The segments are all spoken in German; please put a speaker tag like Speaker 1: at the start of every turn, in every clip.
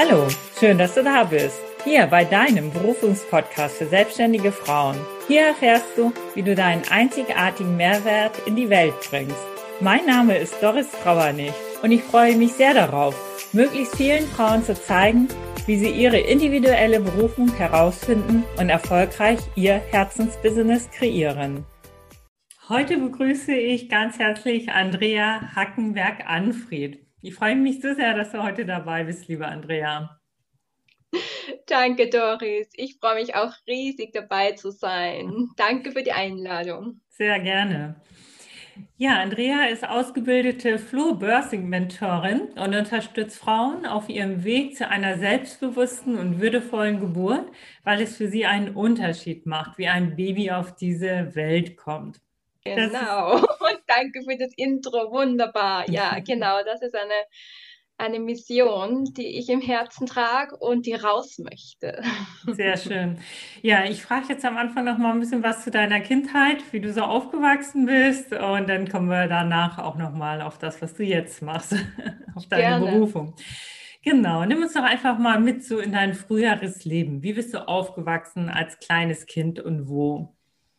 Speaker 1: Hallo, schön, dass du da bist. Hier bei deinem Berufungspodcast für selbstständige Frauen. Hier erfährst du, wie du deinen einzigartigen Mehrwert in die Welt bringst. Mein Name ist Doris Trauernig und ich freue mich sehr darauf, möglichst vielen Frauen zu zeigen, wie sie ihre individuelle Berufung herausfinden und erfolgreich ihr Herzensbusiness kreieren. Heute begrüße ich ganz herzlich Andrea Hackenberg-Anfried. Ich freue mich so sehr, dass du heute dabei bist, liebe Andrea.
Speaker 2: Danke, Doris. Ich freue mich auch riesig, dabei zu sein. Danke für die Einladung.
Speaker 1: Sehr gerne. Ja, Andrea ist ausgebildete Flow-Birthing-Mentorin und unterstützt Frauen auf ihrem Weg zu einer selbstbewussten und würdevollen Geburt, weil es für sie einen Unterschied macht, wie ein Baby auf diese Welt kommt.
Speaker 2: Genau. Und danke für das Intro. Wunderbar. Ja, genau. Das ist eine Mission, die ich im Herzen trage und die raus möchte.
Speaker 1: Sehr schön. Ja, ich frage jetzt am Anfang noch mal ein bisschen was zu deiner Kindheit, wie du so aufgewachsen bist, und dann kommen wir danach auch noch mal auf das, was du jetzt machst, auf deine
Speaker 2: Gerne.
Speaker 1: Berufung. Genau, nimm uns doch einfach mal mit so in dein früheres Leben. Wie bist du aufgewachsen als kleines Kind und wo?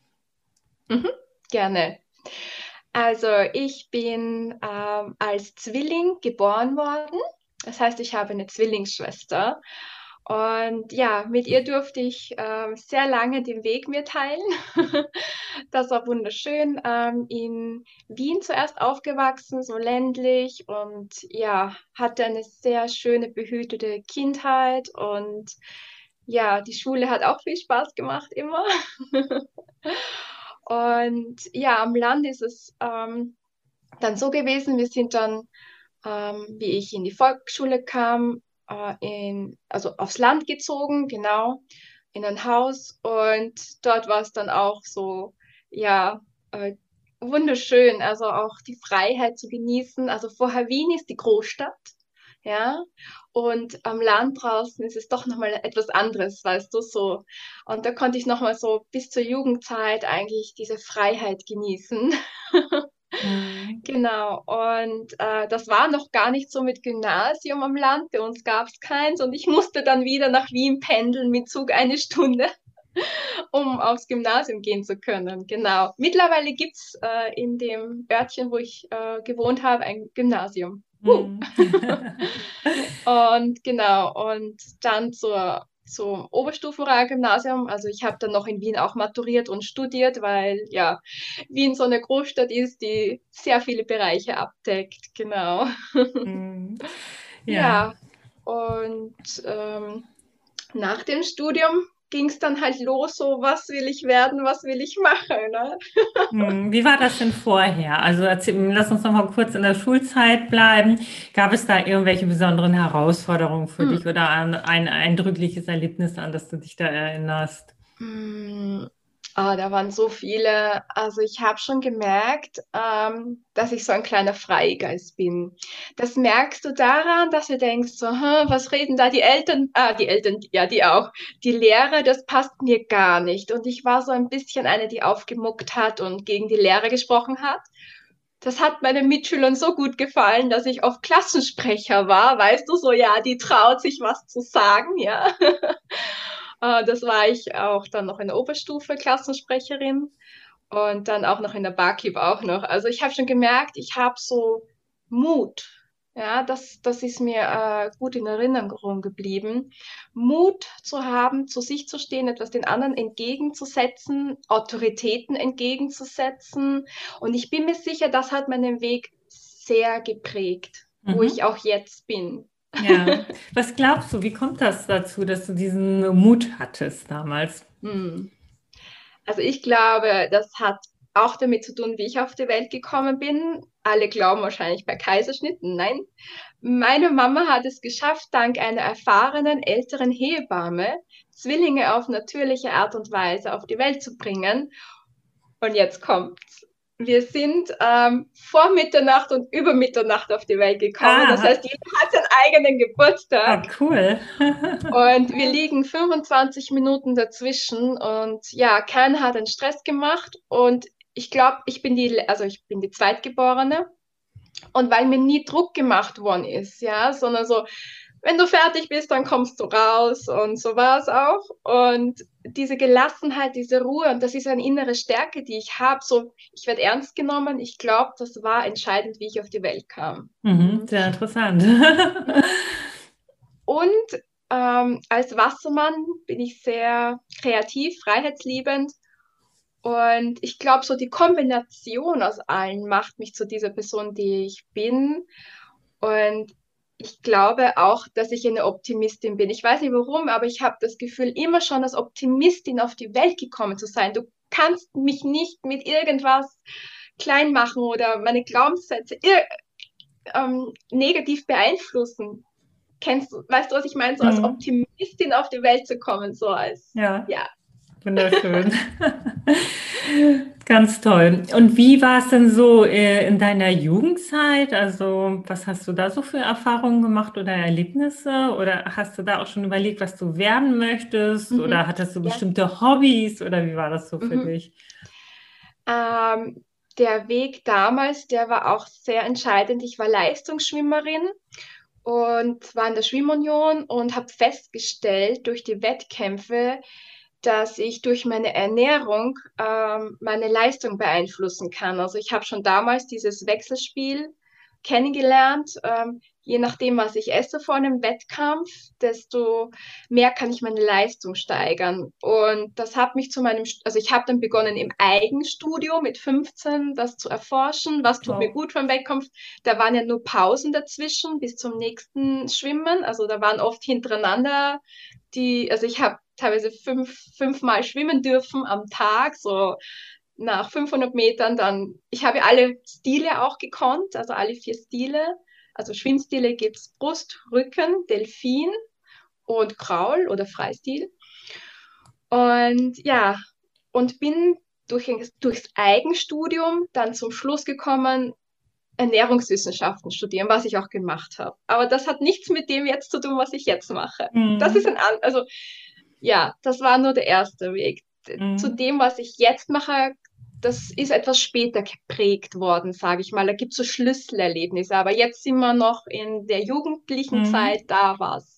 Speaker 2: Gerne. Also ich bin als Zwilling geboren worden. Das heißt, ich habe eine Zwillingsschwester. Und ja, mit ihr durfte ich sehr lange den Weg mir teilen. Das war wunderschön. In Wien zuerst aufgewachsen, so ländlich, und ja, hatte eine sehr schöne, behütete Kindheit. Und ja, die Schule hat auch viel Spaß gemacht immer. Und ja, am Land ist es dann so gewesen, wir sind dann, wie ich in die Volksschule kam, also aufs Land gezogen, genau, in ein Haus. Und dort war es dann auch so, ja, wunderschön, also auch die Freiheit zu genießen. Also vorher Wien ist die Großstadt, ja, und am Land draußen ist es doch nochmal etwas anderes, weißt du, so. Und da konnte ich nochmal so bis zur Jugendzeit eigentlich diese Freiheit genießen.
Speaker 1: Mhm.
Speaker 2: Genau, und das war noch gar nicht so mit Gymnasium am Land. Bei uns gab es keins, und ich musste dann wieder nach Wien pendeln mit Zug eine Stunde, um aufs Gymnasium gehen zu können. Genau. Mittlerweile gibt es in dem Örtchen, wo ich gewohnt habe, ein Gymnasium.
Speaker 1: Mhm.
Speaker 2: Und genau, und dann zum Oberstufenrealgymnasium. Also ich habe dann noch in Wien auch maturiert und studiert, weil ja, Wien so eine Großstadt ist, die sehr viele Bereiche abdeckt. Genau.
Speaker 1: Mhm. Ja.
Speaker 2: Ja, und nach dem Studium ging es dann halt los, so was will ich werden, was will ich machen, ne?
Speaker 1: Wie war das denn vorher? Also lass uns noch mal kurz in der Schulzeit bleiben. Gab es da irgendwelche besonderen Herausforderungen für
Speaker 2: Hm.
Speaker 1: dich oder ein eindrückliches Erlebnis, an das du dich da erinnerst?
Speaker 2: Mm, Da waren so viele. Also ich habe schon gemerkt, dass ich so ein kleiner Freigeist bin. Das merkst du daran, dass du denkst, so, was reden da die Eltern? Die Eltern, ja, die auch. Die Lehrer, das passt mir gar nicht. Und ich war so ein bisschen eine, die aufgemuckt hat und gegen die Lehrer gesprochen hat. Das hat meinen Mitschülern so gut gefallen, dass ich oft Klassensprecher war. Weißt du, so, ja, die traut sich was zu sagen, ja. Das war ich auch dann noch in der Oberstufe Klassensprecherin und dann auch noch in der Barkeep auch noch. Also ich habe schon gemerkt, ich habe so Mut. Ja, das ist mir gut in Erinnerung geblieben. Mut zu haben, zu sich zu stehen, etwas den anderen entgegenzusetzen, Autoritäten entgegenzusetzen. Und ich bin mir sicher, das hat meinen Weg sehr geprägt, wo
Speaker 1: Mhm.
Speaker 2: ich auch jetzt bin.
Speaker 1: Ja. Was glaubst du, wie kommt das dazu, dass du diesen Mut hattest damals?
Speaker 2: Hm. Also ich glaube, das hat auch damit zu tun, wie ich auf die Welt gekommen bin. Alle glauben wahrscheinlich bei Kaiserschnitten. Nein. Meine Mama hat es geschafft, dank einer erfahrenen älteren Hebamme Zwillinge auf natürliche Art und Weise auf die Welt zu bringen. Und jetzt kommt's. Wir sind vor Mitternacht und über Mitternacht auf die Welt gekommen. Das
Speaker 1: Ah,
Speaker 2: heißt, jeder hat seinen eigenen Geburtstag.
Speaker 1: cool.
Speaker 2: Und wir liegen 25 Minuten dazwischen, und ja, keiner hat einen Stress gemacht, und ich glaube, ich bin die Zweitgeborene, und weil mir nie Druck gemacht worden ist, ja, sondern so, wenn du fertig bist, dann kommst du raus und so war es auch. Und diese Gelassenheit, diese Ruhe und das ist eine innere Stärke, die ich habe. So, ich werde ernst genommen. Ich glaube, das war entscheidend, wie ich auf die Welt kam.
Speaker 1: Sehr interessant.
Speaker 2: Und als Wassermann bin ich sehr kreativ, freiheitsliebend. Und ich glaube, so die Kombination aus allen macht mich zu dieser Person, die ich bin. Und ich glaube auch, dass ich eine Optimistin bin. Ich weiß nicht warum, aber ich habe das Gefühl, immer schon als Optimistin auf die Welt gekommen zu sein. Du kannst mich nicht mit irgendwas klein machen oder meine Glaubenssätze negativ beeinflussen. Weißt du, was ich meine? So als
Speaker 1: Mhm.
Speaker 2: Optimistin auf die Welt zu kommen, so als,
Speaker 1: Ja,
Speaker 2: ja.
Speaker 1: wunderschön. Ganz toll. Und wie war es denn so in deiner Jugendzeit? Also, was hast du da so für Erfahrungen gemacht oder Erlebnisse? Oder hast du da auch schon überlegt, was du werden möchtest?
Speaker 2: Mhm.
Speaker 1: Oder hattest du
Speaker 2: Ja.
Speaker 1: bestimmte Hobbys? Oder wie war das so für
Speaker 2: Mhm.
Speaker 1: dich?
Speaker 2: Der Weg damals, der war auch sehr entscheidend. Ich war Leistungsschwimmerin und war in der Schwimmunion und habe festgestellt durch die Wettkämpfe, dass ich durch meine Ernährung meine Leistung beeinflussen kann. Also ich habe schon damals dieses Wechselspiel kennengelernt. Je nachdem, was ich esse vor einem Wettkampf, desto mehr kann ich meine Leistung steigern. Und das hat mich zu also ich habe dann begonnen im Eigenstudio mit 15 das zu erforschen, was tut mir
Speaker 1: Oh,
Speaker 2: gut beim Wettkampf. Da waren ja nur Pausen dazwischen bis zum nächsten Schwimmen. Also da waren oft hintereinander also ich habe teilweise fünfmal schwimmen dürfen am Tag, so nach 500 Metern dann, ich habe alle Stile auch gekonnt, also alle 4 Stile. Also Schwimmstile gibt es Brust, Rücken, Delfin und Kraul oder Freistil. Und ja, und bin durchs Eigenstudium dann zum Schluss gekommen, Ernährungswissenschaften studieren, was ich auch gemacht habe. Aber das hat nichts mit dem jetzt zu tun, was ich jetzt mache. Das ist
Speaker 1: mhm.
Speaker 2: also ja, das war nur der erste Weg. Zu
Speaker 1: Mhm.
Speaker 2: dem, was ich jetzt mache, das ist etwas später geprägt worden, sage ich mal. Da gibt es so Schlüsselerlebnisse, aber jetzt sind wir noch in der jugendlichen
Speaker 1: Mhm.
Speaker 2: Zeit, da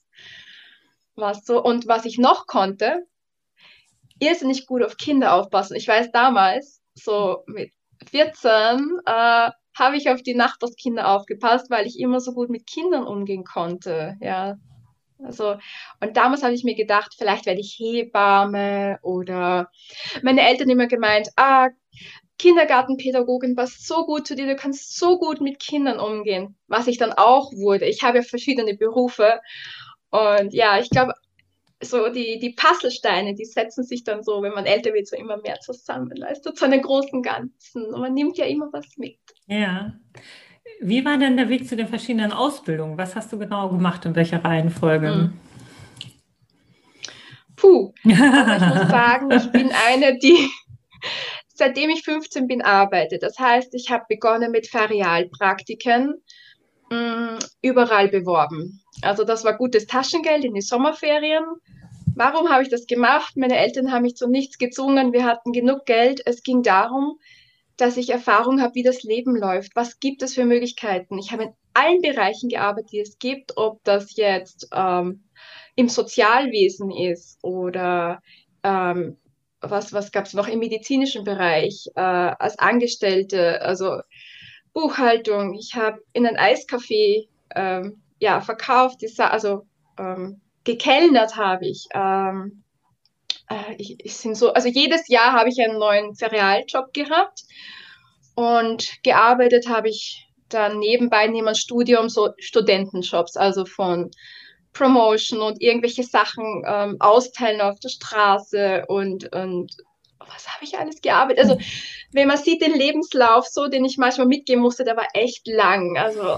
Speaker 2: war's so. Und was ich noch konnte, irrsinnig gut auf Kinder aufpassen. Ich weiß damals, so mit 14, habe ich auf die Nachbarskinder aufgepasst, weil ich immer so gut mit Kindern umgehen konnte. Ja, also, und damals habe ich mir gedacht, vielleicht werde ich Hebamme oder meine Eltern immer gemeint, Kindergartenpädagogin, passt so gut zu dir, du kannst so gut mit Kindern umgehen, was ich dann auch wurde. Ich habe ja verschiedene Berufe und ja, ich glaube, so die Puzzlesteine, die setzen sich dann so, wenn man älter wird, so immer mehr zusammen, weißt du, zu einem großen Ganzen. Und man nimmt ja immer was mit.
Speaker 1: Ja. Wie war denn der Weg zu den verschiedenen Ausbildungen? Was hast du genau gemacht, in welcher Reihenfolge?
Speaker 2: Hm. Puh, also ich muss sagen, ich bin eine, die seitdem ich 15 bin, arbeite. Das heißt, ich habe begonnen mit Ferialpraktiken, überall beworben. Also das war gutes Taschengeld in die Sommerferien. Warum habe ich das gemacht? Meine Eltern haben mich zu nichts gezwungen. Wir hatten genug Geld. Es ging darum, dass ich Erfahrung habe, wie das Leben läuft. Was gibt es für Möglichkeiten? Ich habe in allen Bereichen gearbeitet, die es gibt, ob das jetzt im Sozialwesen ist oder was gab es noch im medizinischen Bereich als Angestellte, also Buchhaltung. Ich habe in ein Eiscafé ja, verkauft, also gekellnert habe ich. Ich sind so, also jedes Jahr habe ich einen neuen Ferialjob gehabt und gearbeitet habe ich dann nebenbei neben dem Studium so Studentenjobs, also von Promotion und irgendwelche Sachen austeilen auf der Straße und was habe ich alles gearbeitet? Also, wenn man sieht den Lebenslauf so, den ich manchmal mitgehen musste, der war echt lang. Also,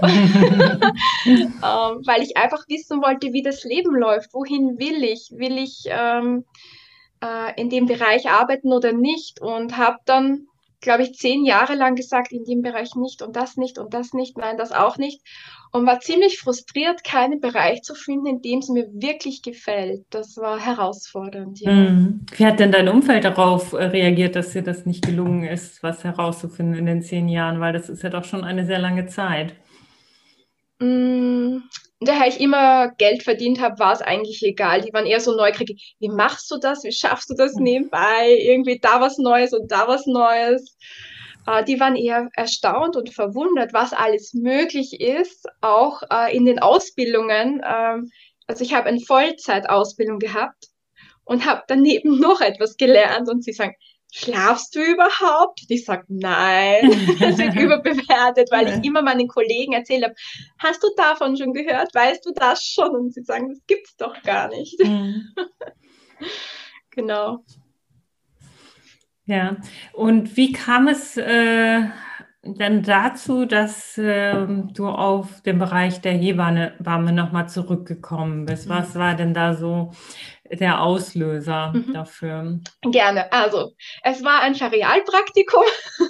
Speaker 2: weil ich einfach wissen wollte, wie das Leben läuft. Wohin will ich? Will ich in dem Bereich arbeiten oder nicht? Und habe dann, glaube ich, 10 Jahre lang gesagt, in dem Bereich nicht und das nicht und das nicht, nein, das auch nicht. Und war ziemlich frustriert, keinen Bereich zu finden, in dem es mir wirklich gefällt. Das war herausfordernd, ja.
Speaker 1: Wie hat denn dein Umfeld darauf reagiert, dass dir das nicht gelungen ist, was herauszufinden in den 10 Jahren? Weil das ist ja doch schon eine sehr lange Zeit.
Speaker 2: Mm, Der daher ich immer Geld verdient habe, war es eigentlich egal. Die waren eher so neugierig. Wie machst du das? Wie schaffst du das nebenbei? Irgendwie da was Neues und da was Neues. Die waren eher erstaunt und verwundert, was alles möglich ist, auch in den Ausbildungen. Also ich habe eine Vollzeitausbildung gehabt und habe daneben noch etwas gelernt und sie sagen, schlafst du überhaupt? Und ich sage, nein, es wird überbewertet, weil ich immer meinen Kollegen erzählt habe, hast du davon schon gehört? Weißt du das schon? Und sie sagen, das gibt's doch gar nicht. Genau.
Speaker 1: Ja, und wie kam es dann dazu, dass du auf den Bereich der Hebamme nochmal zurückgekommen bist? Was war denn da so der Auslöser dafür?
Speaker 2: Gerne. Also, es war ein Ferialpraktikum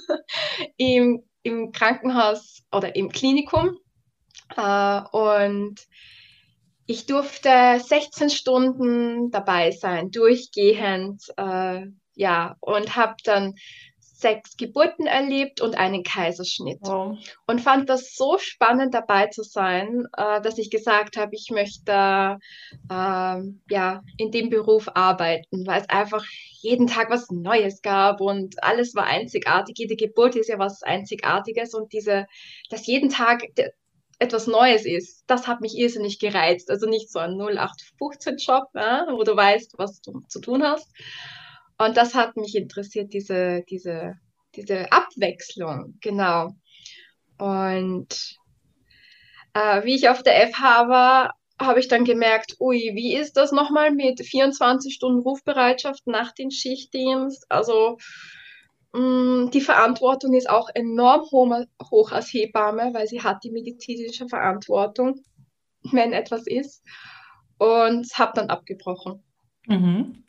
Speaker 2: im Krankenhaus oder im Klinikum. Und ich durfte 16 Stunden dabei sein, durchgehend, ja, und habe dann 6 Geburten erlebt und einen Kaiserschnitt.
Speaker 1: Wow.
Speaker 2: Und fand das so spannend dabei zu sein, dass ich gesagt habe, ich möchte ja, in dem Beruf arbeiten, weil es einfach jeden Tag was Neues gab und alles war einzigartig. Jede Geburt ist ja was Einzigartiges und dass jeden Tag etwas Neues ist, das hat mich irrsinnig gereizt. Also nicht so ein 0815-Job, ja, wo du weißt, was du zu tun hast. Und das hat mich interessiert, diese Abwechslung, genau. Und wie ich auf der FH war, habe ich dann gemerkt, ui, wie ist das nochmal mit 24 Stunden Rufbereitschaft nach dem Schichtdienst? Also die Verantwortung ist auch enorm hoch als Hebamme, weil sie hat die medizinische Verantwortung, wenn etwas ist. Und habe dann abgebrochen.
Speaker 1: Mhm.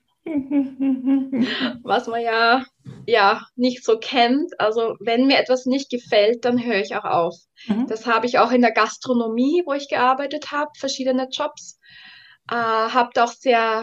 Speaker 2: Was man ja nicht so kennt. Also wenn mir etwas nicht gefällt, dann höre ich auch auf. Das habe ich auch in der Gastronomie, wo ich gearbeitet habe, verschiedene Jobs. Habe auch sehr,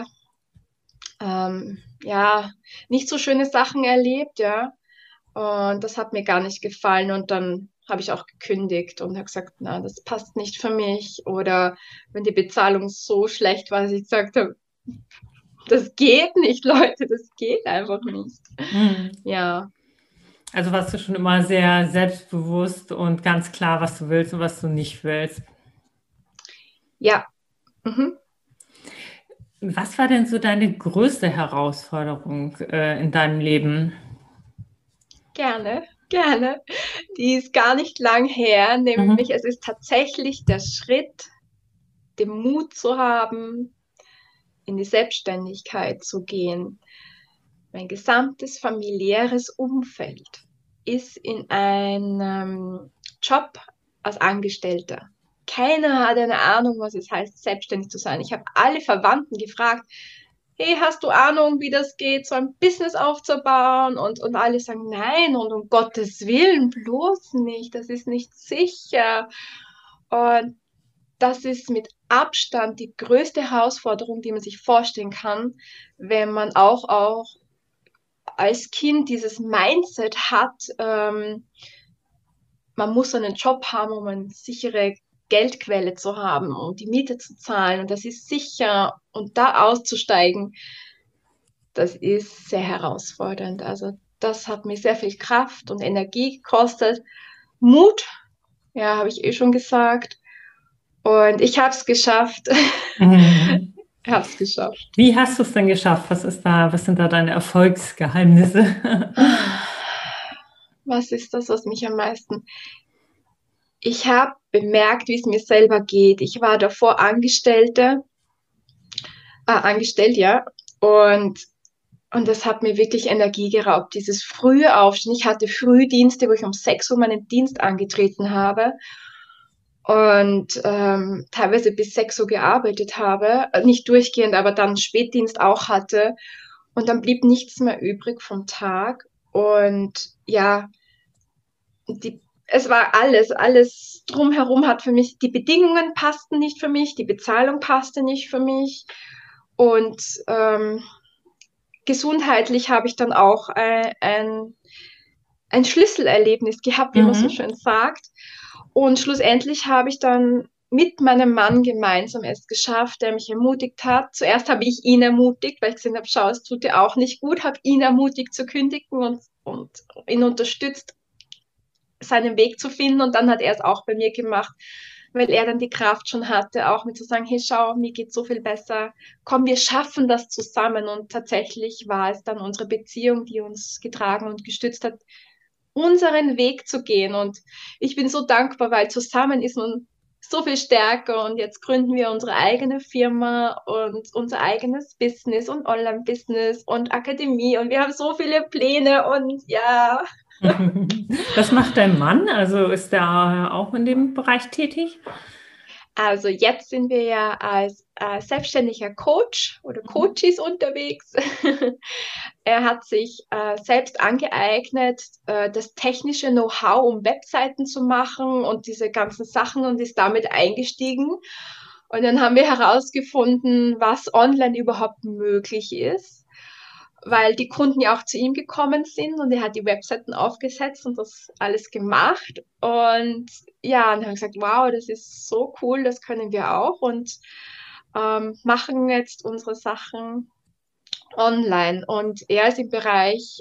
Speaker 2: ja, nicht so schöne Sachen erlebt, ja. Und das hat mir gar nicht gefallen. Und dann habe ich auch gekündigt und habe gesagt, na, das passt nicht für mich. Oder wenn die Bezahlung so schlecht war, dass ich gesagt habe, das geht nicht, Leute, das geht einfach nicht. Ja.
Speaker 1: Also warst du schon immer sehr selbstbewusst und ganz klar, was du willst und was du nicht willst.
Speaker 2: Ja. Mhm.
Speaker 1: Was war denn so deine größte Herausforderung in deinem Leben?
Speaker 2: Gerne, gerne. Die ist gar nicht lang her, nämlich es ist tatsächlich der Schritt, den Mut zu haben, in die Selbstständigkeit zu gehen. Mein gesamtes familiäres Umfeld ist in einem Job als Angestellter. Keiner hat eine Ahnung, was es heißt, selbstständig zu sein. Ich habe alle Verwandten gefragt, hey, hast du Ahnung, wie das geht, so ein Business aufzubauen? Und alle sagen, nein, und um Gottes Willen, bloß nicht, das ist nicht sicher. Und das ist mit Abstand die größte Herausforderung, die man sich vorstellen kann, wenn man auch als Kind dieses Mindset hat, man muss einen Job haben, um eine sichere Geldquelle zu haben, um die Miete zu zahlen. Und das ist sicher. Und da auszusteigen, das ist sehr herausfordernd. Also das hat mir sehr viel Kraft und Energie gekostet. Mut, ja, habe ich eh schon gesagt. Und ich habe es geschafft. Ich habe es geschafft.
Speaker 1: Wie hast du es denn geschafft? Was sind da deine Erfolgsgeheimnisse?
Speaker 2: Was ist das, was mich am meisten... Ich habe bemerkt, wie es mir selber geht. Ich war davor angestellt, ja. Und das hat mir wirklich Energie geraubt, dieses frühe Aufstehen. Ich hatte Frühdienste, wo ich um 6 Uhr meinen Dienst angetreten habe und teilweise bis 6 Uhr gearbeitet habe. Nicht durchgehend, aber dann Spätdienst auch hatte. Und dann blieb nichts mehr übrig vom Tag. Und ja, es war alles drumherum hat für mich, die Bedingungen passten nicht für mich, die Bezahlung passte nicht für mich. Und gesundheitlich habe ich dann auch ein Schlüsselerlebnis gehabt, wie man so schön sagt. Und schlussendlich habe ich dann mit meinem Mann gemeinsam es geschafft, der mich ermutigt hat. Zuerst habe ich ihn ermutigt, weil ich gesehen habe, schau, es tut dir auch nicht gut, habe ihn ermutigt zu kündigen und ihn unterstützt, seinen Weg zu finden. Und dann hat er es auch bei mir gemacht, weil er dann die Kraft schon hatte, auch mit zu sagen, hey, schau, mir geht so viel besser. Komm, wir schaffen das zusammen. Und tatsächlich war es dann unsere Beziehung, die uns getragen und gestützt hat, unseren Weg zu gehen. Und ich bin so dankbar, weil zusammen ist man so viel stärker. Und jetzt gründen wir unsere eigene Firma und unser eigenes Business und Online-Business und Akademie. Und wir haben so viele Pläne und ja.
Speaker 1: Was macht dein Mann? Also ist er auch in dem Bereich tätig?
Speaker 2: Also jetzt sind wir ja als selbstständiger Coach oder Coaches unterwegs. Er hat sich selbst angeeignet, das technische Know-how, um Webseiten zu machen und diese ganzen Sachen und ist damit eingestiegen. Und dann haben wir herausgefunden, was online überhaupt möglich ist, weil die Kunden ja auch zu ihm gekommen sind und er hat die Webseiten aufgesetzt und das alles gemacht. Und ja, und dann haben wir gesagt, wow, das ist so cool, das können wir auch und machen jetzt unsere Sachen online. Und er ist im Bereich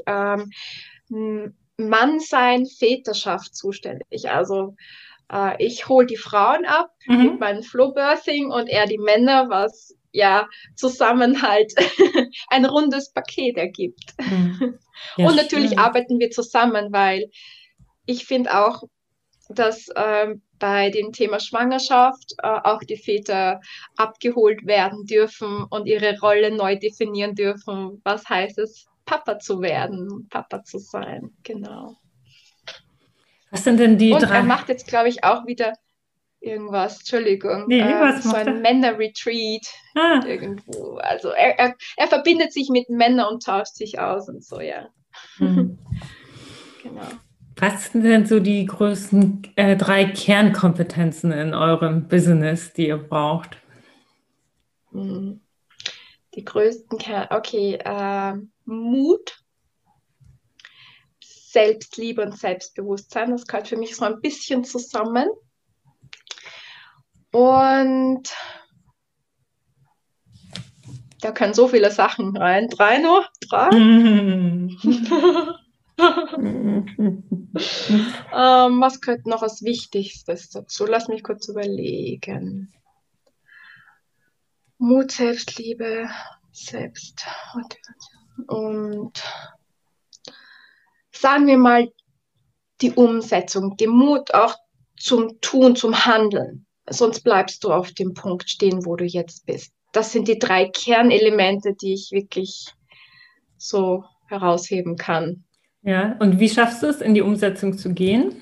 Speaker 2: Mannsein, Väterschaft zuständig. Also ich hole die Frauen ab mit
Speaker 1: Mhm.
Speaker 2: meinem Flowbirthing und er die Männer, was ja zusammen halt ein rundes Paket ergibt.
Speaker 1: Mhm. Ja,
Speaker 2: Und natürlich
Speaker 1: schön.
Speaker 2: arbeiten wir zusammen, weil ich finde auch, dass bei dem Thema Schwangerschaft auch die Väter abgeholt werden dürfen und ihre Rolle neu definieren dürfen. Was heißt es, Papa zu werden, Papa zu sein? Genau.
Speaker 1: Was sind denn die
Speaker 2: Und er
Speaker 1: drei?
Speaker 2: macht jetzt, glaube ich, auch wieder irgendwas, Entschuldigung,
Speaker 1: Nee, was
Speaker 2: so
Speaker 1: macht
Speaker 2: ein
Speaker 1: er?
Speaker 2: Männer-Retreat
Speaker 1: Ah.
Speaker 2: irgendwo. Also er verbindet sich mit Männern und tauscht sich aus und so, ja.
Speaker 1: Mhm.
Speaker 2: Genau.
Speaker 1: Was sind denn so die größten drei Kernkompetenzen in eurem Business, die ihr braucht?
Speaker 2: Hm. Die größten okay, Mut, Selbstliebe und Selbstbewusstsein, das gehört für mich so ein bisschen zusammen. Und da können so viele Sachen rein. Drei nur? Drei? Was gehört noch als Wichtigstes dazu? Lass mich kurz überlegen. Mut, Selbstliebe, Selbstmotivation und sagen wir mal die Umsetzung, den Mut auch zum Tun, zum Handeln. Sonst bleibst du auf dem Punkt stehen, wo du jetzt bist. Das sind die drei Kernelemente, die ich wirklich so herausheben kann.
Speaker 1: Ja, und wie schaffst du es, in die Umsetzung zu gehen?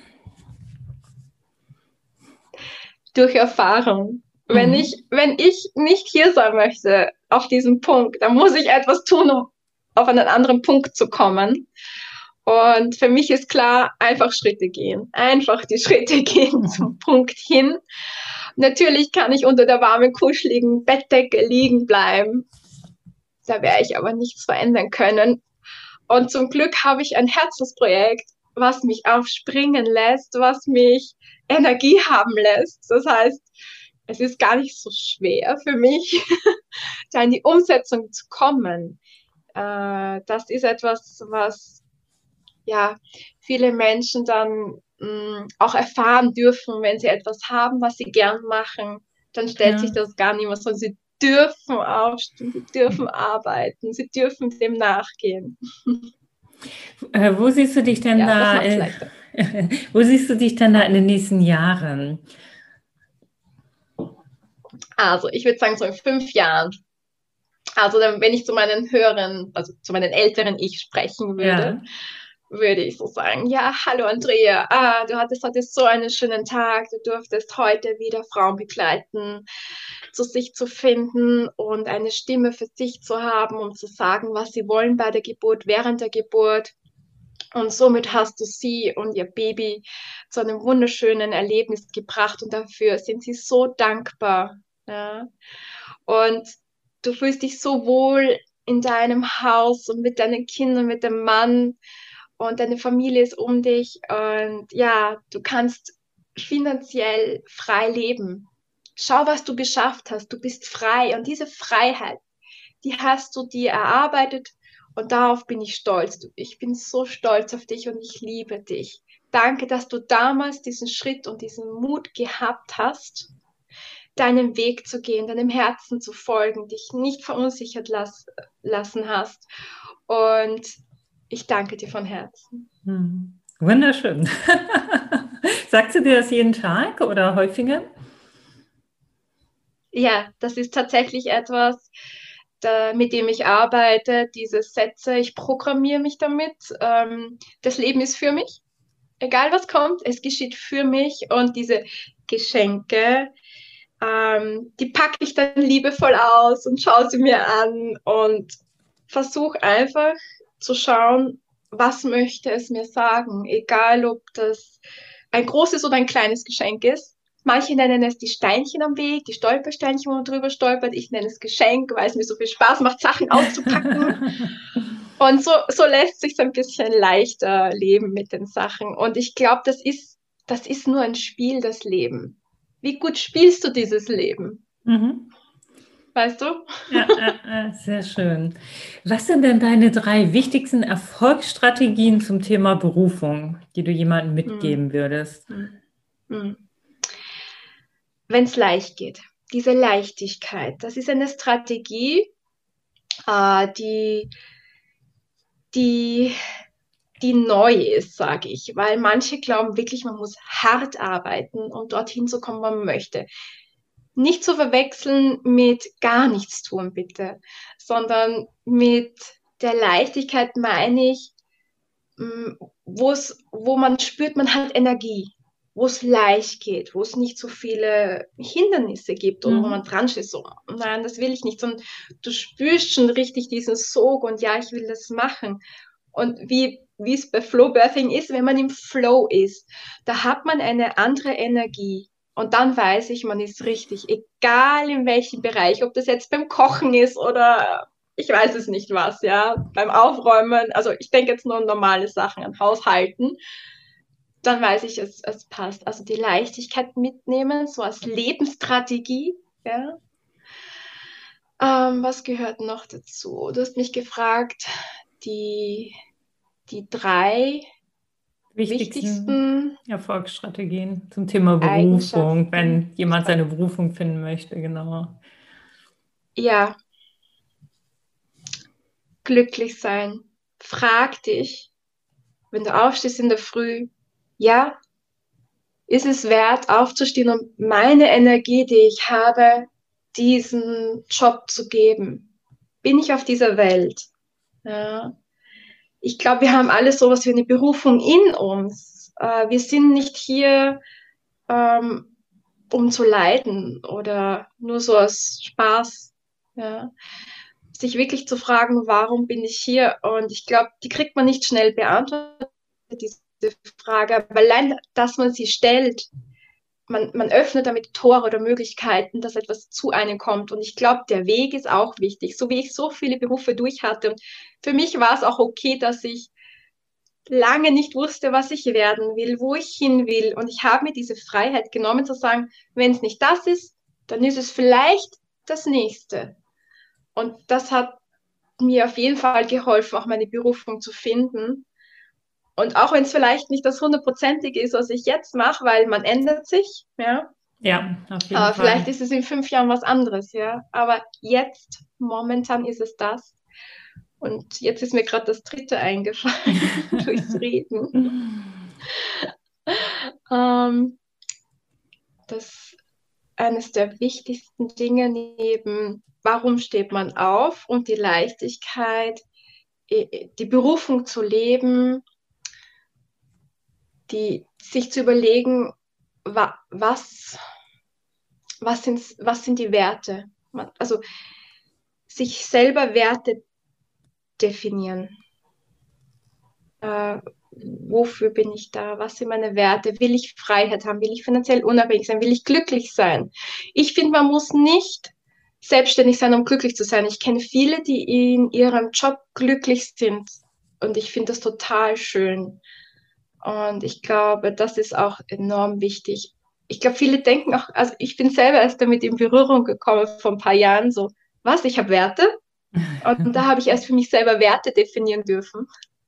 Speaker 2: Durch Erfahrung.
Speaker 1: Mhm.
Speaker 2: Wenn ich nicht hier sein möchte auf diesem Punkt, dann muss ich etwas tun, um auf einen anderen Punkt zu kommen. Und für mich ist klar, einfach Schritte gehen. Einfach die Schritte gehen zum Punkt hin. Natürlich kann ich unter der warmen, kuscheligen Bettdecke liegen bleiben. Da werde ich aber nichts verändern können. Und zum Glück habe ich ein Herzensprojekt, was mich aufspringen lässt, was mich Energie haben lässt. Das heißt, es ist gar nicht so schwer für mich, da in die Umsetzung zu kommen. Das ist etwas, was ja viele Menschen dann auch erfahren dürfen, wenn sie etwas haben, was sie gern machen, dann stellt sich
Speaker 1: Ja.
Speaker 2: das gar nicht mehr so. Sie dürfen aufstehen, sie dürfen arbeiten, sie dürfen dem nachgehen.
Speaker 1: Wo siehst du dich denn
Speaker 2: Ja, das
Speaker 1: da,
Speaker 2: macht es leichter.
Speaker 1: wo siehst du dich denn da in den nächsten Jahren?
Speaker 2: Also ich würde sagen, so in 5 Jahren. Also dann, wenn ich zu meinen höheren, also zu meinen älteren Ich sprechen würde,
Speaker 1: Ja.
Speaker 2: würde ich so sagen, ja, hallo Andrea, du hattest heute so einen schönen Tag, du durftest heute wieder Frauen begleiten, zu sich zu finden und eine Stimme für sich zu haben, um zu sagen, was sie wollen bei der Geburt, während der Geburt. Und somit hast du sie und ihr Baby zu einem wunderschönen Erlebnis gebracht und dafür sind sie so dankbar. Ja? Und du fühlst dich so wohl in deinem Haus und mit deinen Kindern, mit dem Mann und deine Familie ist um dich und ja, du kannst finanziell frei leben. Schau, was du geschafft hast. Du bist frei. Und diese Freiheit, die hast du dir erarbeitet. Und darauf bin ich stolz. Ich bin so stolz auf dich und ich liebe dich. Danke, dass du damals diesen Schritt und diesen Mut gehabt hast, deinen Weg zu gehen, deinem Herzen zu folgen, dich nicht verunsichert lassen hast. Und ich danke dir von Herzen.
Speaker 1: Wunderschön. Sagst du dir das jeden Tag oder häufiger?
Speaker 2: Ja, das ist tatsächlich etwas, mit dem ich arbeite, diese Sätze. Ich programmiere mich damit. Das Leben ist für mich. Egal was kommt, es geschieht für mich. Und diese Geschenke, die packe ich dann liebevoll aus und schaue sie mir an und versuche einfach zu schauen, was möchte es mir sagen, egal ob das ein großes oder ein kleines Geschenk ist. Manche nennen es die Steinchen am Weg, die Stolpersteinchen, wo man drüber stolpert. Ich nenne es Geschenk, weil es mir so viel Spaß macht, Sachen auszupacken. Und so lässt sich ein bisschen leichter leben mit den Sachen. Und ich glaube, das ist nur ein Spiel, das Leben. Wie gut spielst du dieses Leben? Weißt du?
Speaker 1: Ja, sehr schön. Was sind denn deine 3 wichtigsten Erfolgsstrategien zum Thema Berufung, die du jemandem mitgeben würdest?
Speaker 2: Wenn es leicht geht. Diese Leichtigkeit, das ist eine Strategie, die, die, die neu ist, sage ich. Weil manche glauben wirklich, man muss hart arbeiten, um dorthin zu kommen, wo man möchte. Nicht zu verwechseln mit gar nichts tun, bitte, sondern mit der Leichtigkeit meine ich, wo man spürt, man hat Energie, wo es leicht geht, wo es nicht so viele Hindernisse gibt oder wo man dran ist, so, nein, das will ich nicht, sondern du spürst schon richtig diesen Sog und ja, ich will das machen. Und wie es bei Flow-Birthing ist, wenn man im Flow ist, da hat man eine andere Energie. Und dann weiß ich, man ist richtig, egal in welchem Bereich, ob das jetzt beim Kochen ist oder ich weiß es nicht was, ja, beim Aufräumen, also ich denke jetzt nur an normale Sachen, an Haushalten, dann weiß ich, es passt. Also die Leichtigkeit mitnehmen, so als Lebensstrategie, ja. Was gehört noch dazu? Du hast mich gefragt, die 3 wichtigsten
Speaker 1: Erfolgsstrategien zum Thema Berufung, wenn jemand seine Berufung finden möchte, genau.
Speaker 2: Ja, glücklich sein. Frag dich, wenn du aufstehst in der Früh, ja, ist es wert, aufzustehen und meine Energie, die ich habe, diesen Job zu geben? Bin ich auf dieser Welt? Ja. Ich glaube, wir haben alle sowas wie eine Berufung in uns. Wir sind nicht hier, um zu leiden oder nur so als Spaß. Ja. Sich wirklich zu fragen, warum bin ich hier? Und ich glaube, die kriegt man nicht schnell beantwortet, diese Frage. Aber allein, dass man sie stellt, man öffnet damit Tore oder Möglichkeiten, dass etwas zu einem kommt. Und ich glaube, der Weg ist auch wichtig. So wie ich so viele Berufe durch hatte. Und für mich war es auch okay, dass ich lange nicht wusste, was ich werden will, wo ich hin will. Und ich habe mir diese Freiheit genommen zu sagen, wenn es nicht das ist, dann ist es vielleicht das nächste. Und das hat mir auf jeden Fall geholfen, auch meine Berufung zu finden. Und auch wenn es vielleicht nicht das 100%ige ist, was ich jetzt mache, weil man ändert sich, ja.
Speaker 1: Ja, auf jeden
Speaker 2: Aber
Speaker 1: Fall.
Speaker 2: vielleicht ist es in 5 Jahren was anderes, ja. Aber jetzt, momentan ist es das. Und jetzt ist mir gerade das 3. eingefallen durchs Reden. Das eines der wichtigsten Dinge neben, warum steht man auf und die Leichtigkeit, die Berufung zu leben, sich zu überlegen, was sind die Werte? Also sich selber Werte definieren. Wofür bin ich da? Was sind meine Werte? Will ich Freiheit haben? Will ich finanziell unabhängig sein? Will ich glücklich sein? Ich finde, man muss nicht selbstständig sein, um glücklich zu sein. Ich kenne viele, die in ihrem Job glücklich sind. Und ich finde das total schön. Und ich glaube, das ist auch enorm wichtig. ich glaube, viele denken auch, also ich bin selber erst damit in Berührung gekommen vor ein paar Jahren, so, was, ich habe Werte? Und da habe ich erst für mich selber Werte definieren dürfen.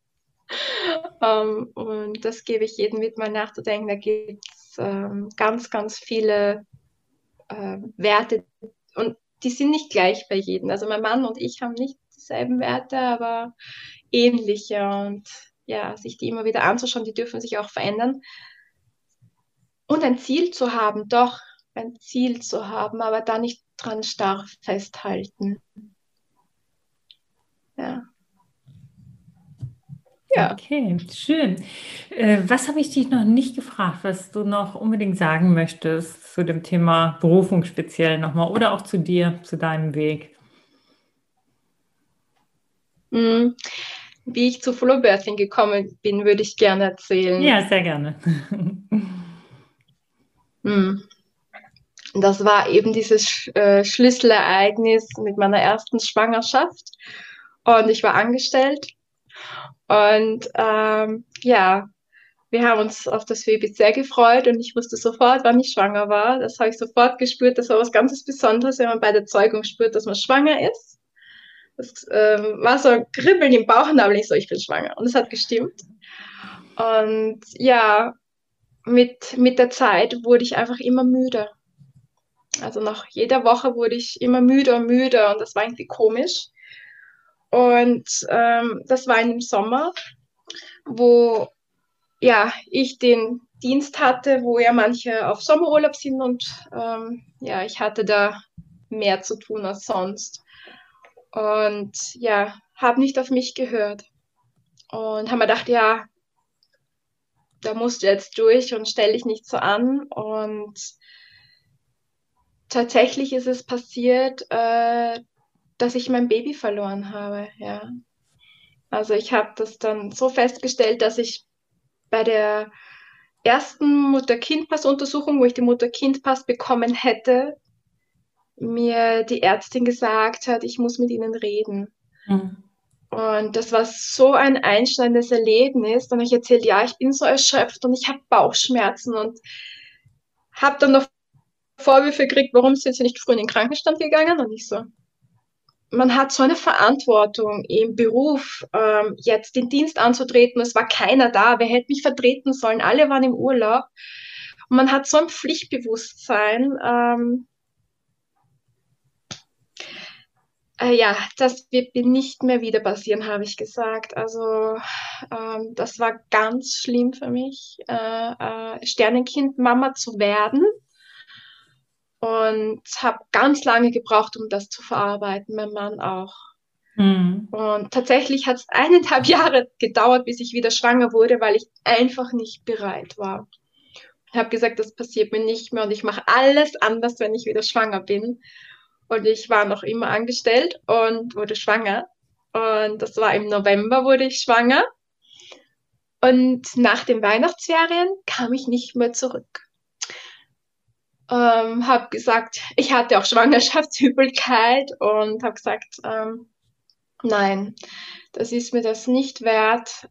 Speaker 2: Und das gebe ich jedem mit, mal nachzudenken. Da gibt es ganz, ganz viele Werte und die sind nicht gleich bei jedem. Also mein Mann und ich haben nicht dieselben Werte, aber ähnliche. Und ja, sich die immer wieder anzuschauen, die dürfen sich auch verändern. Und ein Ziel zu haben, doch ein Ziel zu haben, aber da nicht dran starr festhalten. Ja. Ja.
Speaker 1: Okay, schön. Was habe ich dich noch nicht gefragt, was du noch unbedingt sagen möchtest zu dem Thema Berufung speziell nochmal oder auch zu dir, zu deinem Weg?
Speaker 2: Hm. Wie ich zu Flowbirthing gekommen bin, würde ich gerne erzählen.
Speaker 1: Ja, sehr gerne.
Speaker 2: Hm. Das war eben dieses Schlüsselereignis mit meiner ersten Schwangerschaft. Und ich war angestellt. Und ja, wir haben uns auf das Baby sehr gefreut und ich wusste sofort, wann ich schwanger war. Das habe ich sofort gespürt. Das war was ganz Besonderes, wenn man bei der Zeugung spürt, dass man schwanger ist. Das war so ein Kribbeln im Bauchnabel. Ich so, ich bin schwanger. Und es hat gestimmt. Und ja, mit der Zeit wurde ich einfach immer müder. Also nach jeder Woche wurde ich immer müder und müder und das war irgendwie komisch. Und das war in dem Sommer, wo ja, ich den Dienst hatte, wo ja manche auf Sommerurlaub sind und ja, ich hatte da mehr zu tun als sonst. Und ja, habe nicht auf mich gehört. Und habe mir gedacht, ja, da musst du jetzt durch und stell dich nicht so an. Und tatsächlich ist es passiert, dass ich mein Baby verloren habe, ja. Also ich habe das dann so festgestellt, dass ich bei der ersten Mutter-Kind-Pass-Untersuchung, wo ich den Mutter-Kind-Pass bekommen hätte, mir die Ärztin gesagt hat, ich muss mit ihnen reden.
Speaker 1: Mhm.
Speaker 2: Und das war so ein einschneidendes Erlebnis. Dann habe ich erzählt, ja, ich bin so erschöpft und ich habe Bauchschmerzen und habe dann noch Vorwürfe gekriegt, warum sind sie nicht früh in den Krankenstand gegangen? Und ich so, man hat so eine Verantwortung im Beruf, jetzt den Dienst anzutreten. Es war keiner da. Wer hätte mich vertreten sollen? Alle waren im Urlaub. Und man hat so ein Pflichtbewusstsein. Ja, das wird mir nicht mehr wieder passieren, habe ich gesagt. Also das war ganz schlimm für mich, Sternenkind-Mama zu werden. Und habe ganz lange gebraucht, um das zu verarbeiten, mein Mann auch.
Speaker 1: Mhm.
Speaker 2: Und tatsächlich hat es 1,5 Jahre gedauert, bis ich wieder schwanger wurde, weil ich einfach nicht bereit war. Ich habe gesagt, das passiert mir nicht mehr und ich mache alles anders, wenn ich wieder schwanger bin. Und ich war noch immer angestellt und wurde schwanger. Und das war im November, wurde ich schwanger. Und nach den Weihnachtsferien kam ich nicht mehr zurück. Habe gesagt, ich hatte auch Schwangerschaftsübelkeit und habe gesagt, nein, das ist mir das nicht wert,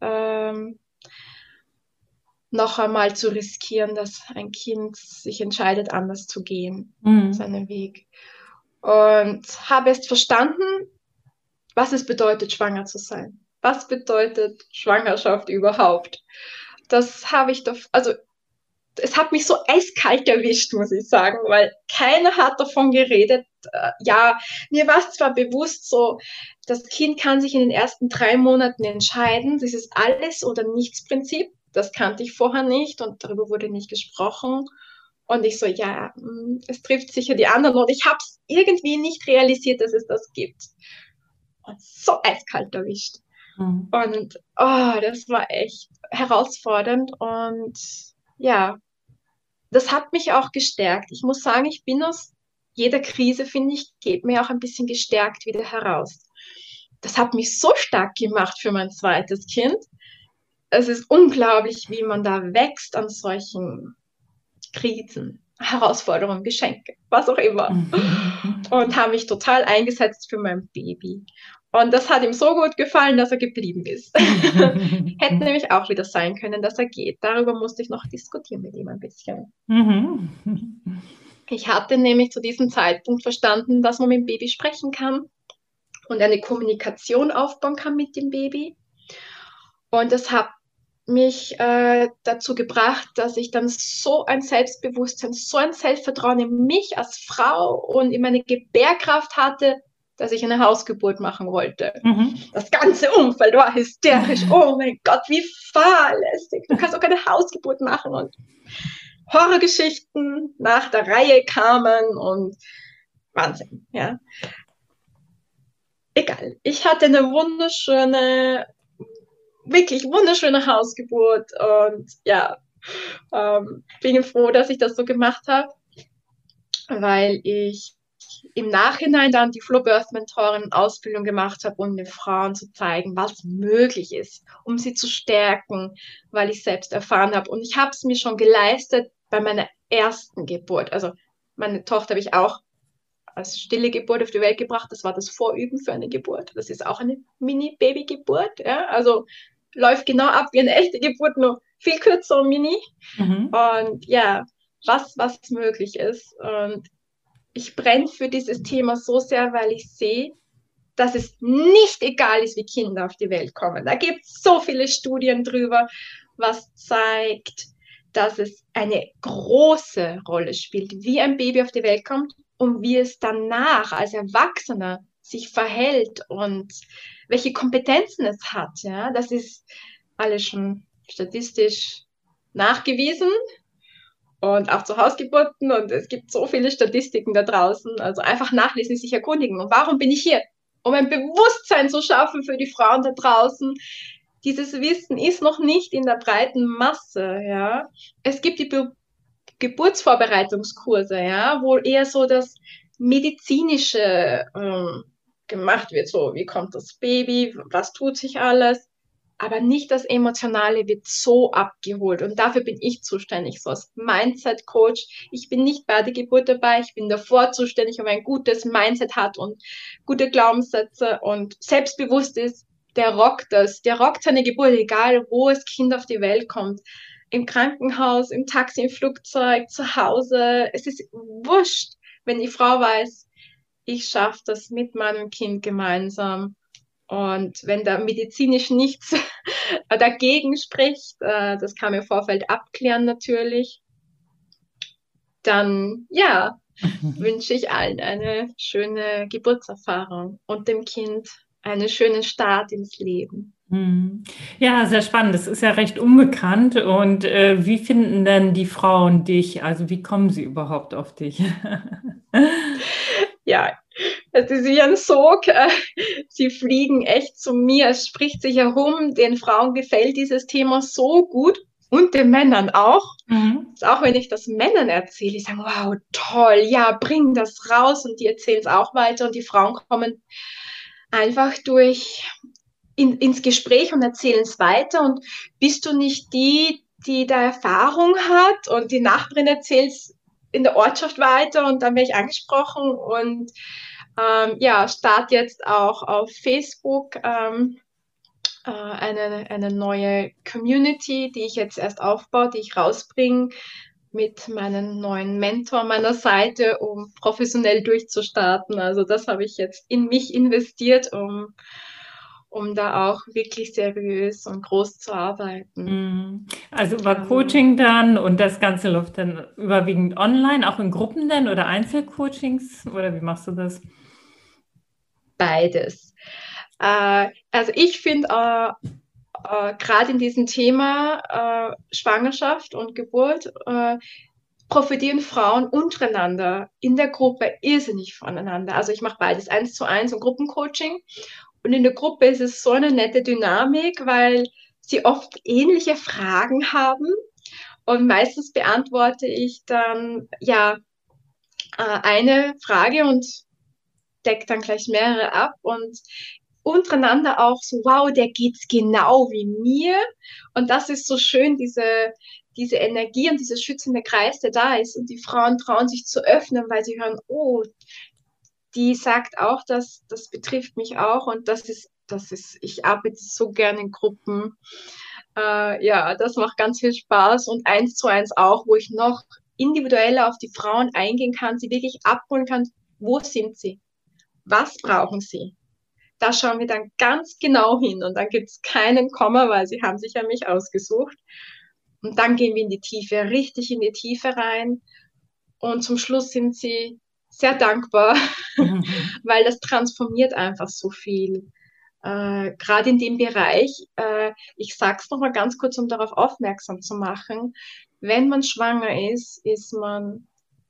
Speaker 2: noch einmal zu riskieren, dass ein Kind sich entscheidet, anders zu gehen,
Speaker 1: Mhm.
Speaker 2: seinen Weg. Und habe erst verstanden, was es bedeutet, schwanger zu sein. Was bedeutet Schwangerschaft überhaupt? Das habe ich doch, also es hat mich so eiskalt erwischt, muss ich sagen, weil keiner hat davon geredet. Ja, mir war es zwar bewusst so, das Kind kann sich in den ersten 3 Monaten entscheiden, dieses Alles- oder Nichts-Prinzip, das kannte ich vorher nicht und darüber wurde nicht gesprochen. Und ich so, ja, es trifft sicher die anderen und ich habe es irgendwie nicht realisiert, dass es das gibt. Und so eiskalt erwischt.
Speaker 1: Mhm.
Speaker 2: Und oh, das war echt herausfordernd und ja, das hat mich auch gestärkt. Ich muss sagen, ich bin aus jeder Krise, finde ich, geht mir auch ein bisschen gestärkt wieder heraus. Das hat mich so stark gemacht für mein zweites Kind. Es ist unglaublich, wie man da wächst an solchen Krisen, Herausforderungen, Geschenke, was auch immer.
Speaker 1: Mhm.
Speaker 2: Und habe mich total eingesetzt für mein Baby. Und das hat ihm so gut gefallen, dass er geblieben ist. Hätte nämlich auch wieder sein können, dass er geht. Darüber musste ich noch diskutieren mit ihm ein bisschen.
Speaker 1: Mhm.
Speaker 2: Ich hatte nämlich zu diesem Zeitpunkt verstanden, dass man mit dem Baby sprechen kann und eine Kommunikation aufbauen kann mit dem Baby. Und das hat mich dazu gebracht, dass ich dann so ein Selbstbewusstsein, so ein Selbstvertrauen in mich als Frau und in meine Gebärkraft hatte, dass ich eine Hausgeburt machen wollte.
Speaker 1: Mhm.
Speaker 2: Das ganze Umfeld war hysterisch. Oh mein Gott, wie fahrlässig. Du kannst auch keine Hausgeburt machen. Und Horrorgeschichten nach der Reihe kamen und Wahnsinn, ja. Egal. Ich hatte eine wunderschöne, wirklich wunderschöne Hausgeburt und ja, bin froh, dass ich das so gemacht habe, weil ich im Nachhinein dann die Flow Birth Mentorin Ausbildung gemacht habe, um den Frauen zu zeigen, was möglich ist, um sie zu stärken, weil ich selbst erfahren habe. Und ich habe es mir schon geleistet bei meiner ersten Geburt. Also meine Tochter habe ich auch als stille Geburt auf die Welt gebracht. Das war das Vorüben für eine Geburt. Das ist auch eine Mini-Baby-Geburt. Ja? Also läuft genau ab wie eine echte Geburt, nur viel kürzer und mini.
Speaker 1: Mhm.
Speaker 2: Und ja, was möglich ist. Und ich brenne für dieses Thema so sehr, weil ich sehe, dass es nicht egal ist, wie Kinder auf die Welt kommen. Da gibt es so viele Studien drüber, was zeigt, dass es eine große Rolle spielt, wie ein Baby auf die Welt kommt und wie es danach als Erwachsener sich verhält und welche Kompetenzen es hat. Ja? Das ist alles schon statistisch nachgewiesen und auch zu Hausgeburten und es gibt so viele Statistiken da draußen. Also einfach nachlesen, sich erkundigen. Und warum bin ich hier? Um ein Bewusstsein zu schaffen für die Frauen da draußen. Dieses Wissen ist noch nicht in der breiten Masse. Ja, es gibt die Geburtsvorbereitungskurse, ja, wo eher so das medizinische gemacht wird. So, wie kommt das Baby? Was tut sich alles? Aber nicht das Emotionale wird so abgeholt. Und dafür bin ich zuständig, so als Mindset-Coach. Ich bin nicht bei der Geburt dabei, ich bin davor zuständig, ob man ein gutes Mindset hat und gute Glaubenssätze und selbstbewusst ist. Der rockt das, der rockt seine Geburt, egal wo das Kind auf die Welt kommt. Im Krankenhaus, im Taxi, im Flugzeug, zu Hause. Es ist wurscht, wenn die Frau weiß, ich schaffe das mit meinem Kind gemeinsam. Und wenn da medizinisch nichts dagegen spricht, das kann man im Vorfeld abklären natürlich, dann ja, wünsche ich allen eine schöne Geburtserfahrung und dem Kind einen schönen Start ins Leben.
Speaker 1: Mhm. Ja, sehr spannend. Das ist ja recht unbekannt. Und wie finden denn die Frauen dich? Also wie kommen sie überhaupt auf dich?
Speaker 2: Ja, es ist wie ein Sog. Sie fliegen echt zu mir. Es spricht sich herum. Den Frauen gefällt dieses Thema so gut und den Männern auch.
Speaker 1: Mhm.
Speaker 2: Auch wenn ich das Männern erzähle, die sagen, wow, toll, ja, bring das raus und die erzählen es auch weiter und die Frauen kommen einfach ins Gespräch und erzählen es weiter und bist du nicht die da Erfahrung hat und die Nachbarin erzählt es in der Ortschaft weiter und dann werde ich angesprochen und ja, starte jetzt auch auf Facebook eine neue Community, die ich jetzt erst aufbaue, die ich rausbringe mit meinem neuen Mentor an meiner Seite, um professionell durchzustarten. Also das habe ich jetzt in mich investiert, um da auch wirklich seriös und groß zu arbeiten.
Speaker 1: Mhm. Also über Coaching dann und das Ganze läuft dann überwiegend online, auch in Gruppen denn oder Einzelcoachings oder wie machst du das?
Speaker 2: Beides. Also ich finde gerade in diesem Thema Schwangerschaft und Geburt profitieren Frauen untereinander in der Gruppe irrsinnig voneinander. Also ich mache beides, 1:1 und Gruppencoaching. Und in der Gruppe ist es so eine nette Dynamik, weil sie oft ähnliche Fragen haben. Und meistens beantworte ich dann ja eine Frage und deckt dann gleich mehrere ab. Und untereinander auch so, wow, der geht's genau wie mir. Und das ist so schön, diese Energie und dieser schützende Kreis, der da ist. Und die Frauen trauen sich zu öffnen, weil sie hören, oh, die sagt auch, dass das betrifft mich auch und ich arbeite so gerne in Gruppen. Ja, das macht ganz viel Spaß und 1:1 auch, wo ich noch individueller auf die Frauen eingehen kann, sie wirklich abholen kann, wo sind sie? Was brauchen sie? Da schauen wir dann ganz genau hin und dann gibt es keinen Komma, weil sie haben sich ja mich ausgesucht. Und dann gehen wir in die Tiefe, richtig in die Tiefe rein. Und zum Schluss sind sie sehr dankbar, weil das transformiert einfach so viel. Gerade in dem Bereich, ich sage es nochmal ganz kurz, um darauf aufmerksam zu machen, wenn man schwanger ist man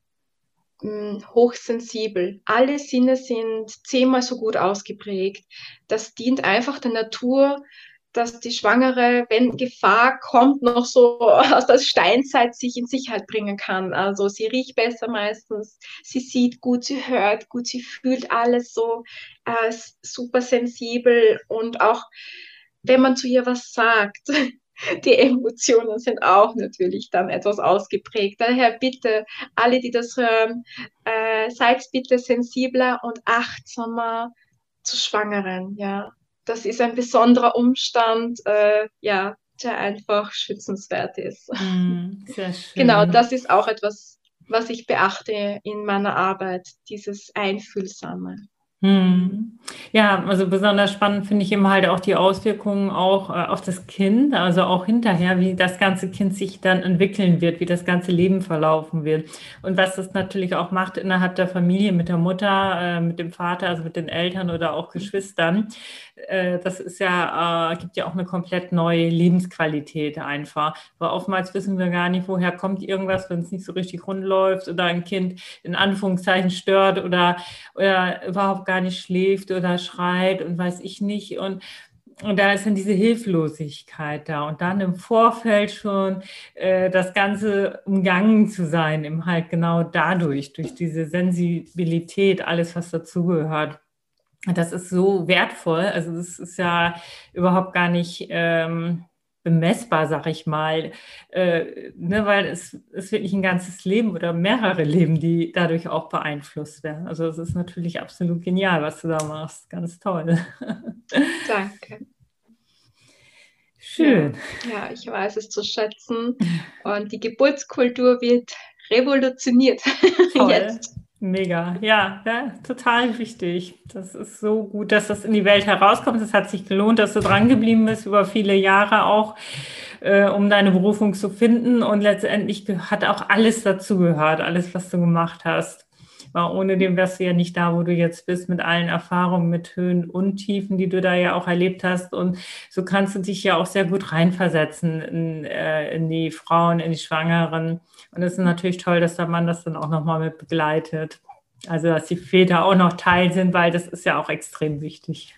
Speaker 2: hochsensibel. Alle Sinne sind 10-mal so gut ausgeprägt. Das dient einfach der Natur, dass die Schwangere, wenn Gefahr kommt, noch so aus der Steinzeit sich in Sicherheit bringen kann. Also sie riecht besser meistens, sie sieht gut, sie hört gut, sie fühlt alles so super sensibel und auch wenn man zu ihr was sagt, die Emotionen sind auch natürlich dann etwas ausgeprägt. Daher bitte, alle, die das hören, seid bitte sensibler und achtsamer zu Schwangeren, ja. Das ist ein besonderer Umstand, ja, der einfach schützenswert ist.
Speaker 1: Sehr
Speaker 2: Genau,
Speaker 1: schön.
Speaker 2: das ist auch etwas, was ich beachte in meiner Arbeit, dieses Einfühlsame.
Speaker 1: Hm. Ja, also besonders spannend finde ich eben halt auch die Auswirkungen auch auf das Kind, also auch hinterher, wie das ganze Kind sich dann entwickeln wird, wie das ganze Leben verlaufen wird und was das natürlich auch macht innerhalb der Familie mit der Mutter, mit dem Vater, also mit den Eltern oder auch Geschwistern. Das ist ja, gibt ja auch eine komplett neue Lebensqualität einfach. Aber oftmals wissen wir gar nicht, woher kommt irgendwas, wenn es nicht so richtig rund läuft oder ein Kind in Anführungszeichen stört oder überhaupt gar nicht schläft oder schreit und weiß ich nicht. Und da ist dann diese Hilflosigkeit da. Und dann im Vorfeld schon das Ganze umgangen zu sein, eben halt genau dadurch, durch diese Sensibilität, alles, was dazugehört. Das ist so wertvoll. Also das ist ja überhaupt gar nicht bemessbar, sag ich mal, ne, weil es ist wirklich ein ganzes Leben oder mehrere Leben, die dadurch auch beeinflusst werden. Also es ist natürlich absolut genial, was du da machst. Ganz toll.
Speaker 2: Danke. Ja,
Speaker 1: Schön.
Speaker 2: ja, ich weiß es zu schätzen. Und die Geburtskultur wird revolutioniert
Speaker 1: Toll.
Speaker 2: jetzt.
Speaker 1: Mega. Ja, ja, total wichtig. Das ist so gut, dass das in die Welt herauskommt. Es hat sich gelohnt, dass du dran geblieben bist über viele Jahre auch, um deine Berufung zu finden. Und letztendlich hat auch alles dazu gehört, alles, was du gemacht hast. Weil ohne dem wärst du ja nicht da, wo du jetzt bist, mit allen Erfahrungen, mit Höhen und Tiefen, die du da ja auch erlebt hast. Und so kannst du dich ja auch sehr gut reinversetzen in die Frauen, in die Schwangeren. Und es ist natürlich toll, dass der Mann das dann auch nochmal mit begleitet. Also, dass die Väter auch noch Teil sind, weil das ist ja auch extrem wichtig.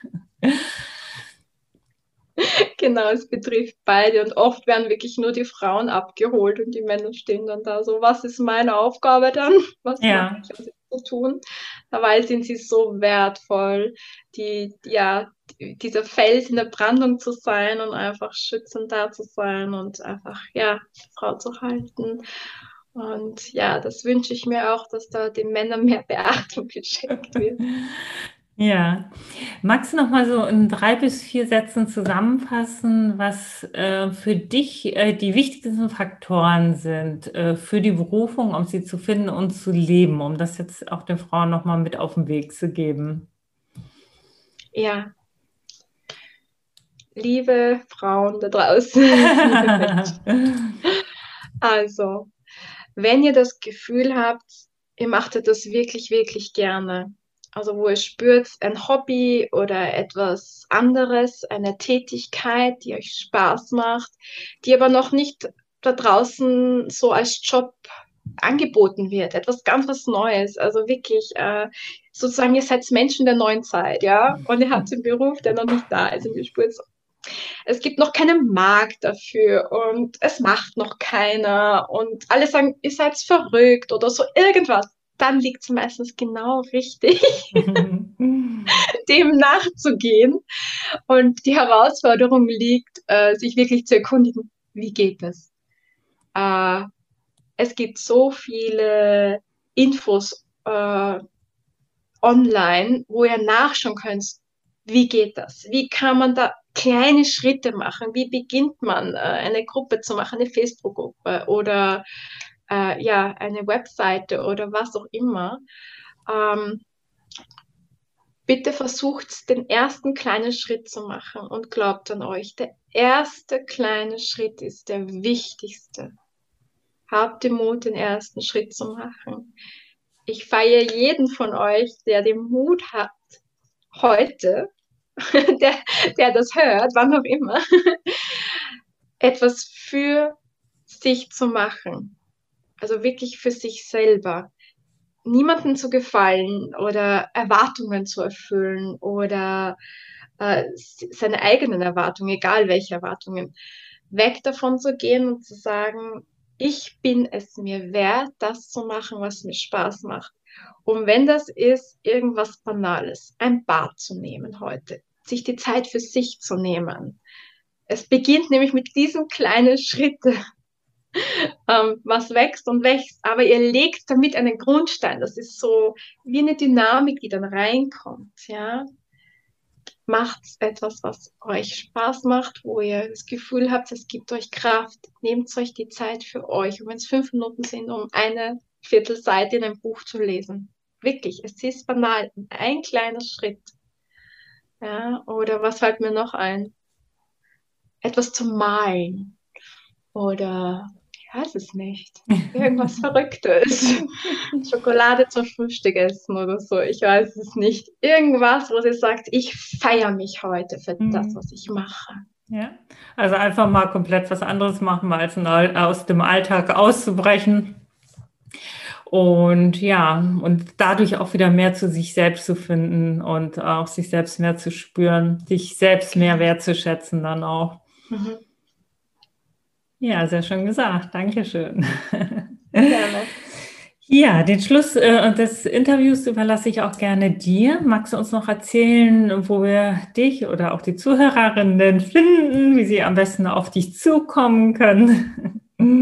Speaker 2: Genau, es betrifft beide. Und oft werden wirklich nur die Frauen abgeholt und die Männer stehen dann da so, was ist meine Aufgabe dann? Was mache
Speaker 1: Ja,
Speaker 2: ich, um sie zu tun? Dabei sind sie so wertvoll, ja, dieser Fels in der Brandung zu sein und einfach schützend da zu sein und einfach, ja, die Frau zu halten. Und ja, das wünsche ich mir auch, dass da den Männern mehr Beachtung geschenkt wird.
Speaker 1: ja. Magst du noch mal so in 3 bis 4 Sätzen zusammenfassen, was für dich die wichtigsten Faktoren sind für die Berufung, um sie zu finden und zu leben, um das jetzt auch der Frau noch mal mit auf den Weg zu geben?
Speaker 2: Ja, liebe Frauen da draußen, liebe Menschen. Also, wenn ihr das Gefühl habt, ihr machtet das wirklich, wirklich gerne, also wo ihr spürt, ein Hobby oder etwas anderes, eine Tätigkeit, die euch Spaß macht, die aber noch nicht da draußen so als Job angeboten wird, etwas ganz was Neues, also wirklich sozusagen, ihr seid Menschen der neuen Zeit, ja, und ihr habt einen Beruf, der noch nicht da ist und ihr spürt, es gibt noch keinen Markt dafür und es macht noch keiner und alle sagen, ihr seid verrückt oder so irgendwas. Dann liegt es meistens genau richtig, dem nachzugehen. Und die Herausforderung liegt, sich wirklich zu erkundigen, wie geht es? Äh, Es gibt so viele Infos online, wo ihr nachschauen könnt, wie geht das? Wie kann man da kleine Schritte machen? Wie beginnt man, eine Gruppe zu machen, eine Facebook-Gruppe oder eine Webseite oder was auch immer? Bitte versucht, den ersten kleinen Schritt zu machen und glaubt an euch. Der erste kleine Schritt ist der wichtigste. Habt den Mut, den ersten Schritt zu machen. Ich feiere jeden von euch, der den Mut hat, heute, der das hört, wann auch immer, etwas für sich zu machen. Also wirklich für sich selber. Niemandem zu gefallen oder Erwartungen zu erfüllen oder seine eigenen Erwartungen, egal welche Erwartungen, weg davon zu gehen und zu sagen, ich bin es mir wert, das zu machen, was mir Spaß macht. Und wenn das ist, irgendwas Banales, ein Bad zu nehmen heute, sich die Zeit für sich zu nehmen. Es beginnt nämlich mit diesen kleinen Schritten, was wächst und wächst, aber ihr legt damit einen Grundstein. Das ist so wie eine Dynamik, die dann reinkommt, ja. Macht etwas, was euch Spaß macht, wo ihr das Gefühl habt, es gibt euch Kraft. Nehmt euch die Zeit für euch. Und wenn es 5 Minuten sind, um eine Viertelseite in ein Buch zu lesen. Wirklich, es ist banal. Ein kleiner Schritt. Ja, oder was fällt mir noch ein? Etwas zu malen. Oder ich weiß es nicht. Irgendwas Verrücktes. Schokolade zum Frühstück essen oder so. Ich weiß es nicht. Irgendwas, wo sie sagt, ich feiere mich heute für das, was ich mache.
Speaker 1: Ja, also einfach mal komplett was anderes machen, mal als aus dem Alltag auszubrechen. Und ja, und dadurch auch wieder mehr zu sich selbst zu finden und auch sich selbst mehr zu spüren, sich selbst mehr wertzuschätzen dann auch.
Speaker 2: Mhm.
Speaker 1: Ja, sehr schön gesagt. Dankeschön.
Speaker 2: Gerne.
Speaker 1: Ja, den Schluss des Interviews überlasse ich auch gerne dir. Magst du uns noch erzählen, wo wir dich oder auch die Zuhörerinnen finden, wie sie am besten auf dich zukommen können?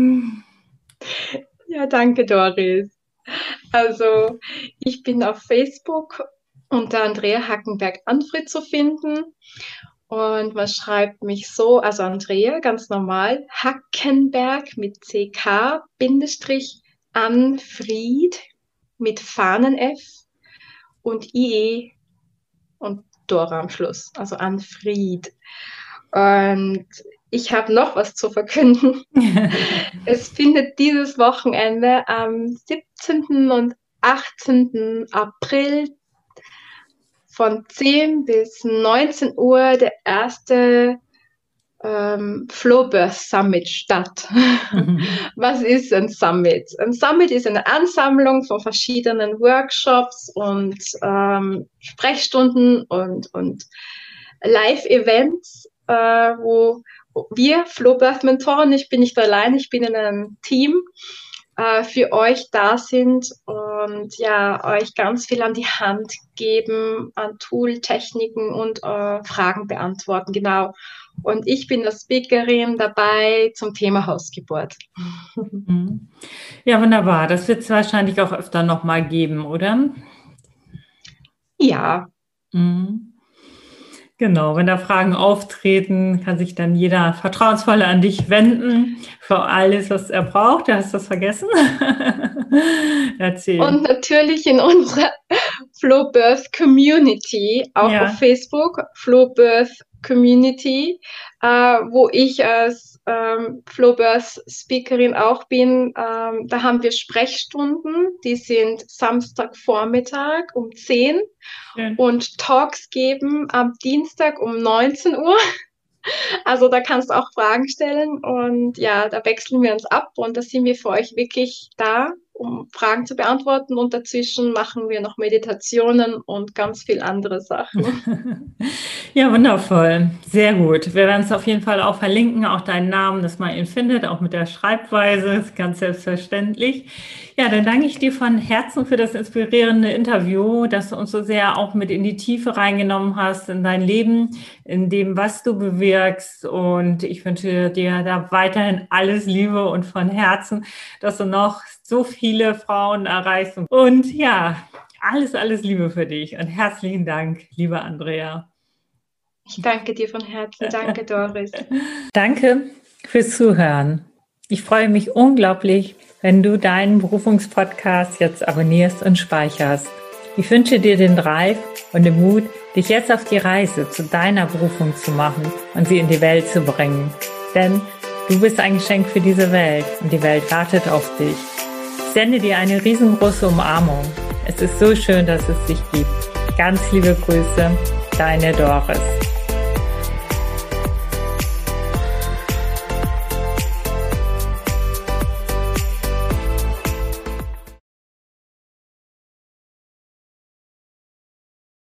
Speaker 2: Ja, danke, Doris. Also, ich bin auf Facebook unter Andrea Hackenberg-Anfried zu finden. Und man schreibt mich so, also Andrea, ganz normal, Hackenberg mit CK, Bindestrich, Anfried mit Fahnen-F und IE und Dora am Schluss, also Anfried. Und ich habe noch was zu verkünden. Es findet dieses Wochenende am 17. und 18. April von 10 bis 19 Uhr der erste Flowbirth Summit statt. Was ist ein Summit? Ein Summit ist eine Ansammlung von verschiedenen Workshops und Sprechstunden und Live-Events, wo wir Flowbirth-Mentoren, ich bin nicht allein, ich bin in einem Team, für euch da sind und ja, euch ganz viel an die Hand geben, an Tool, Techniken und Fragen beantworten, genau. Und ich bin als Speakerin dabei zum Thema Hausgeburt.
Speaker 1: Ja, wunderbar. Das wird es wahrscheinlich auch öfter nochmal geben, oder?
Speaker 2: Ja.
Speaker 1: Genau, wenn da Fragen auftreten, kann sich dann jeder Vertrauensvolle an dich wenden für alles, was er braucht. Du hast das vergessen? Erzähl.
Speaker 2: Und natürlich in unserer Flowbirth Community, auch
Speaker 1: Ja.
Speaker 2: auf Facebook, Flowbirth Community, wo ich als Flowbirth Speakerin auch bin. Da haben wir Sprechstunden, die sind Samstagvormittag um 10
Speaker 1: Schön.
Speaker 2: und Talks geben am Dienstag um 19 Uhr. Also da kannst du auch Fragen stellen und ja, da wechseln wir uns ab und da sind wir für euch wirklich da, um Fragen zu beantworten und dazwischen machen wir noch Meditationen und ganz viel andere Sachen.
Speaker 1: Ja, wundervoll. Sehr gut. Wir werden es auf jeden Fall auch verlinken, auch deinen Namen, dass man ihn findet, auch mit der Schreibweise, ist ganz selbstverständlich. Ja, dann danke ich dir von Herzen für das inspirierende Interview, dass du uns so sehr auch mit in die Tiefe reingenommen hast, in dein Leben, in dem, was du bewirkst. Und ich wünsche dir da weiterhin alles Liebe und von Herzen, dass du noch so viele Frauen erreichst. Und ja, alles Liebe für dich und herzlichen Dank, liebe Andrea.
Speaker 2: Ich danke dir von Herzen. Danke, Doris.
Speaker 1: Danke fürs Zuhören. Ich freue mich unglaublich, wenn du deinen Berufungspodcast jetzt abonnierst und speicherst. Ich wünsche dir den Drive und den Mut, dich jetzt auf die Reise zu deiner Berufung zu machen und sie in die Welt zu bringen. Denn du bist ein Geschenk für diese Welt und die Welt wartet auf dich. Ich sende dir eine riesengroße Umarmung. Es ist so schön, dass es dich gibt. Ganz liebe Grüße, deine Doris.